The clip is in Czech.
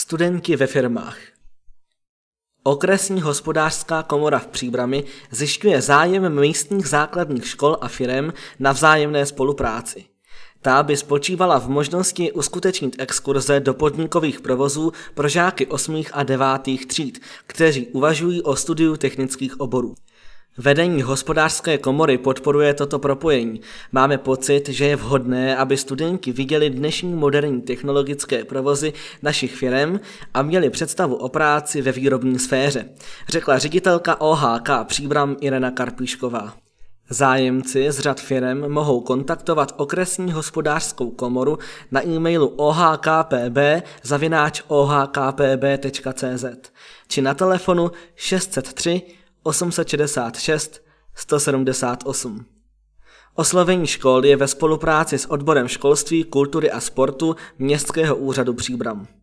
Studenti ve firmách. Okresní hospodářská komora v Příbrami zjišťuje zájem místních základních škol a firem na vzájemné spolupráci. Ta by spočívala v možnosti uskutečnit exkurze do podnikových provozů pro žáky 8. a 9. tříd, kteří uvažují o studiu technických oborů. Vedení hospodářské komory podporuje toto propojení. Máme pocit, že je vhodné, aby studenti viděli dnešní moderní technologické provozy našich firem a měli představu o práci ve výrobní sféře, řekla ředitelka OHK Příbram Irena Karpíšková. Zájemci z řad firem mohou kontaktovat okresní hospodářskou komoru na e-mailu ohkpb@ohkpb.cz či na telefonu 603 866 178. Oslovení škol je ve spolupráci s odborem školství, kultury a sportu Městského úřadu Příbram.